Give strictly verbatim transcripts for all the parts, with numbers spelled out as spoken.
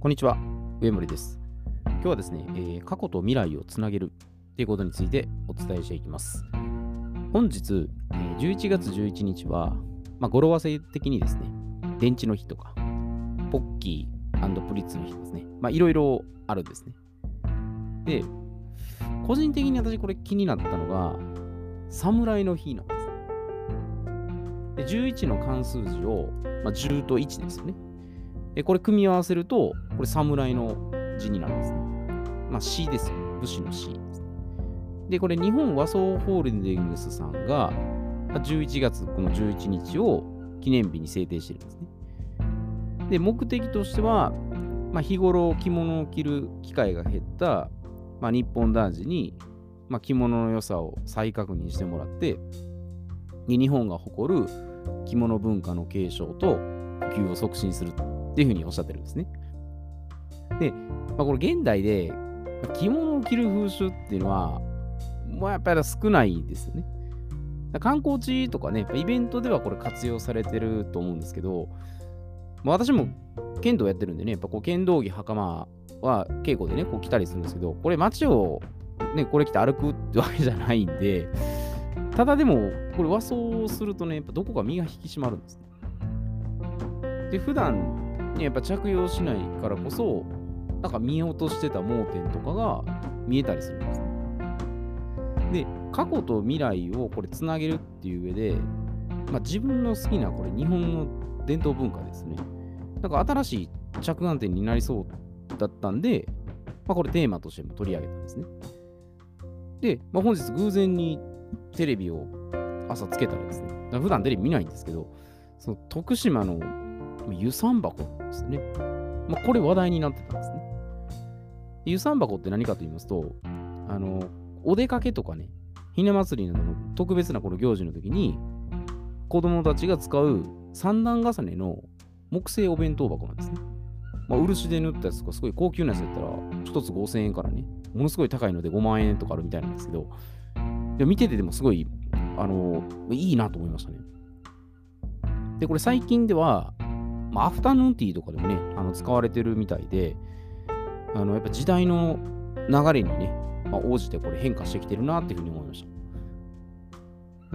こんにちは、上森です。今日はですね、えー過去と未来をつなげるということについてお伝えしていきます。本日、えーじゅういちがつじゅういちにちは、まあ、語呂合わせ的にですね、電池の日とか、ポッキープリッツの日ですね。まあ、いろいろあるんですね。で、個人的に私これ気になったのが、侍の日なんです。で、じゅういちの漢数字を、まあ、じゅうといちですよね。で、これ組み合わせると、これ侍の字になるんですね。まあ、詩ですよね。武士の詩ですね。で、これ日本和装ホールディングスさんが、まあじゅういちがつこのじゅういちにちを記念日に制定してるんですね。で、目的としては、まあ、日頃着物を着る機会が減った、まあ、日本男児に、まあ、着物の良さを再確認してもらって、で日本が誇る着物文化の継承と普及を促進するっていうふうにおっしゃってるんですね。で、まあ、これ現代でまあ着物を着る風習っていうのは、もうやっぱり少ないですよね。だから観光地とかね、やっぱイベントではこれ活用されてると思うんですけど、まあ、私も剣道やってるんでね、やっぱこう剣道着袴は稽古でね、こう着たりするんですけど、これ街をね、これ着て歩くってわけじゃないんで、ただでも、これ和装するとね、やっぱどこか身が引き締まるんですね。で、普段ね、やっぱ着用しないからこそ、なんか見落としてた盲点とかが見えたりするんですね。で、過去と未来をこれつなげるっていう上で、まあ、自分の好きなこれ日本の伝統文化ですね。なんか新しい着眼点になりそうだったんで、まあ、これテーマとしても取り上げたんですね。で、まあ、本日偶然にテレビを朝つけたらですね、だから普段テレビ見ないんですけど、その徳島の湯山箱ですね。まあ、これ話題になってたんですね。湯山箱って何かと言いますと、あの、お出かけとかね、ひな祭りなどの特別なこの行事の時に、子供たちが使う三段重ねの木製お弁当箱なんですね。まあ、漆で塗ったやつとかすごい高級なやつやったら、一つごせんえんからね、ものすごい高いのでごまんえんとかあるみたいなんですけど、で見ててでもすごい、あのいいなと思いましたね。で、これ最近では、まあ、アフタヌーンティーとかでもね、あの使われてるみたいで、あのやっぱ時代の流れにね、まあ、応じてこれ変化してきてるなっていうふうに思いました。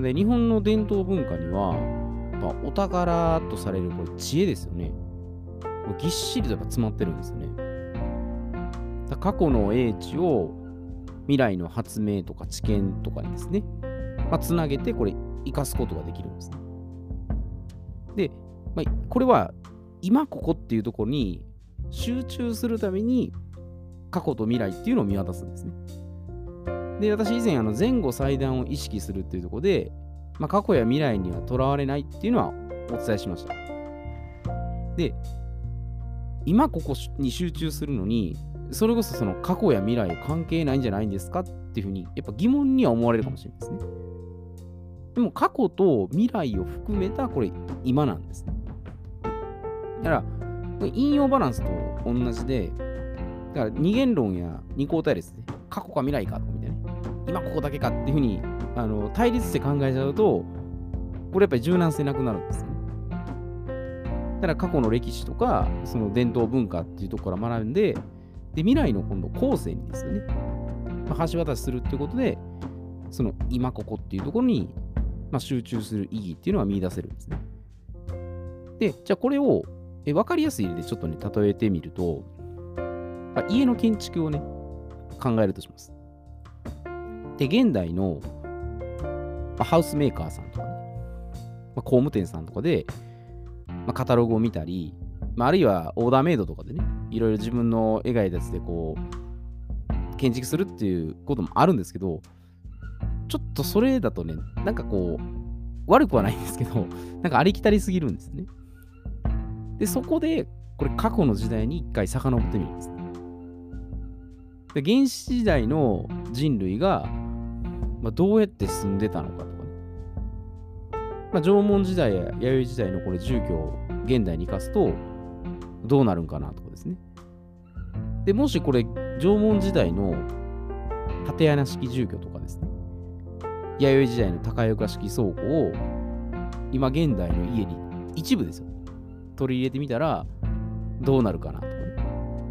で、日本の伝統文化には、まあ、お宝とされるこれ知恵ですよね。ぎっしりとやっぱ詰まってるんですよね。だ過去の英知を未来の発明とか知見とかにですね、まあ、つなげてこれ生かすことができるんですね。で、まあ、これは今ここっていうところに集中するために過去と未来っていうのを見渡すんですね。で、私以前あの前後祭壇を意識するっていうところで、まあ、過去や未来にはとらわれないっていうのはお伝えしました。で、今ここに集中するのに、それこそその過去や未来関係ないんじゃないんですかっていうふうに、やっぱ疑問には思われるかもしれないですね。でも過去と未来を含めたこれ今なんですね。だから、これ引用バランスと同じで、だから二元論や二項対立で、過去か未来かとかみたいな、今ここだけかっていうふうにあの対立して考えちゃうと、これやっぱり柔軟性なくなるんですよね。だから過去の歴史とか、その伝統文化っていうところから学んで、で、未来の今度後世にですよね、まあ、橋渡しするっていうことで、その今ここっていうところに、まあ、集中する意義っていうのは見出せるんですね。で、じゃあこれをえ分かりやすい例でちょっとね、例えてみると、まあ家の建築をね、考えるとします。で、現代の、まあ、ハウスメーカーさんとかね、まあ、工務店さんとかで、まあ、カタログを見たり、まあ、あるいはオーダーメイドとかでね、いろいろ自分の描いたやつでこう、建築するっていうこともあるんですけど、ちょっとそれだとね、なんかこう、悪くはないんですけど、なんかありきたりすぎるんですね。で、そこで、これ過去の時代に一回遡ってみるんですね。で、原始時代の人類が、まあ、どうやって住んでたのかとかね。まあ、縄文時代や弥生時代のこれ住居を現代に生かすと、どうなるんかなとかですね。で、もしこれ、縄文時代の竪穴式住居とかですね、弥生時代の高床式倉庫を、今現代の家に一部ですよ、取り入れてみたら、どうなるかなとかね。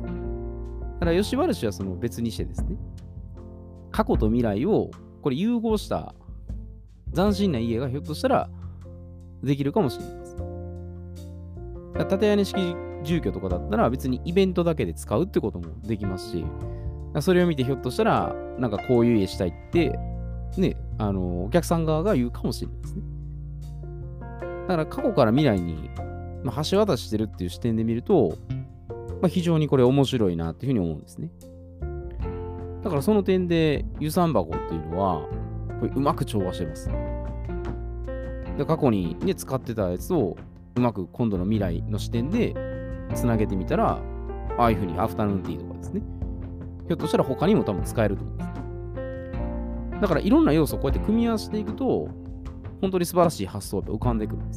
だから吉原氏はその別にしてですね、過去と未来をこれ融合した斬新な家がひょっとしたらできるかもしれないです。だから縦屋根式住居とかだったら別にイベントだけで使うってこともできますし、それを見てひょっとしたらなんかこういう家したいってね、あのお客さん側が言うかもしれないですね。だから過去から未来に、まあ、橋渡ししてるっていう視点で見ると、まあ、非常にこれ面白いなっていうふうに思うんですね。だからその点で遊山箱っていうのはこれうまく調和してます。で過去に、ね、使ってたやつをうまく今度の未来の視点でつなげてみたら、ああいうふうにアフタヌーンティーとかですね、ひょっとしたら他にも多分使えると思うんです。だからいろんな要素をこうやって組み合わせていくと、本当に素晴らしい発想が浮かんでくるんです。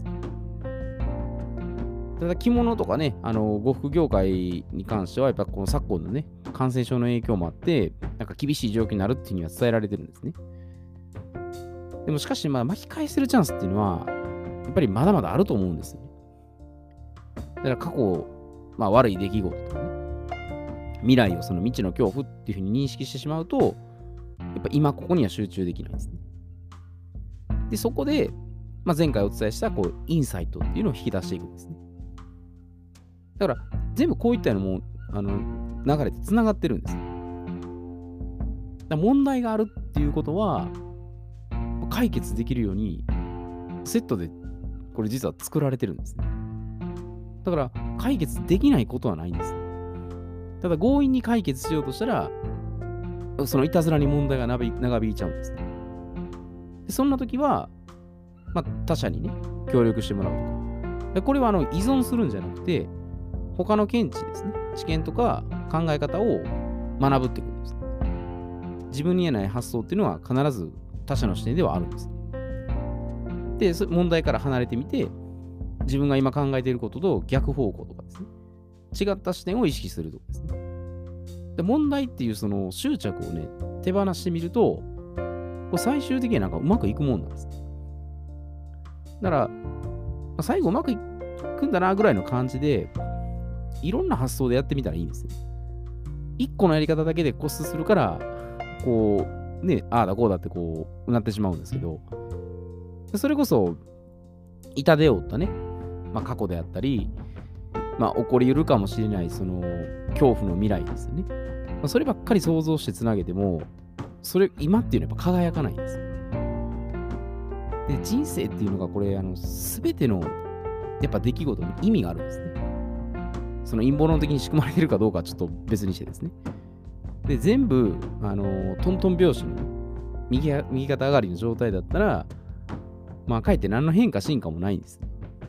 ただ着物とかね、あの呉服業界に関しては、やっぱこの昨今のね、感染症の影響もあって、なんか厳しい状況になるっていうには伝えられてるんですね。でもしかし、まあ巻き返せるチャンスっていうのは、やっぱりまだまだあると思うんですよね。だから過去、まあ悪い出来事とかね、未来をその未知の恐怖っていうふうに認識してしまうと、やっぱ今ここには集中できないんですね。で、そこで、まあ、前回お伝えしたこうインサイトっていうのを引き出していくんですね。だから全部こういったのもあの流れてつながってるんです。だから問題があるっていうことは解決できるようにセットでこれ実は作られてるんですね。だから解決できないことはないんです。ただ強引に解決しようとしたらそのいたずらに問題が長引いちゃうんですね。でそんな時は、まあ、他者にね協力してもらうとか。でこれはあの依存するんじゃなくて他の見地ですね、知見とか考え方を学ぶってことです。自分に言えない発想っていうのは必ず他者の視点ではあるんです。で、問題から離れてみて、自分が今考えていることと逆方向とかですね、違った視点を意識するとかですね。で問題っていうその執着をね、手放してみると、これ最終的にはなんかうまくいくもんなんです。だから、まあ、最後うまくいくんだなぐらいの感じで、いろんな発想でやってみたらいいんですよ。一個のやり方だけで固執するから、こう、ね、ああだこうだってこう、なってしまうんですけど、それこそ、痛手を負ったね、まあ、過去であったり、まあ、起こり得るかもしれない、その、恐怖の未来ですよね。まあ、そればっかり想像してつなげても、それ、今っていうのはやっぱ輝かないんです。で、人生っていうのがこれ、あの、すべての、やっぱ出来事に意味があるんですね。その陰謀論的に仕組まれているかどうかはちょっと別にしてですね。で、全部、あの、トントン拍子の右右肩上がりの状態だったら、まあ、かえって何の変化、進化もないんです。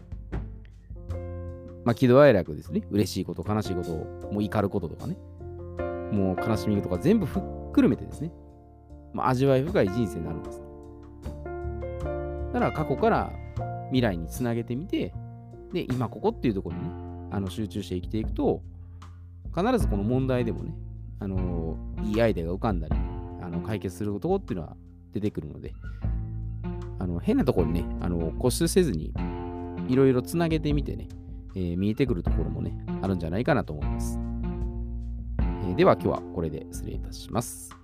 まあ、喜怒哀楽ですね。嬉しいこと、悲しいこと、もう怒ることとかね。もう悲しみとか全部ふっくるめてですね。まあ、味わい深い人生になるんです。だから過去から未来につなげてみて、で、今ここっていうところにね、あの集中して生きていくと、必ずこの問題でもね、あのー、いいアイデアが浮かんだり、あの解決するところっていうのは出てくるので、あの変なところにね、あの固執せずに、いろいろつなげてみてね、えー、見えてくるところもね、あるんじゃないかなと思います。えー、では今日はこれで失礼いたします。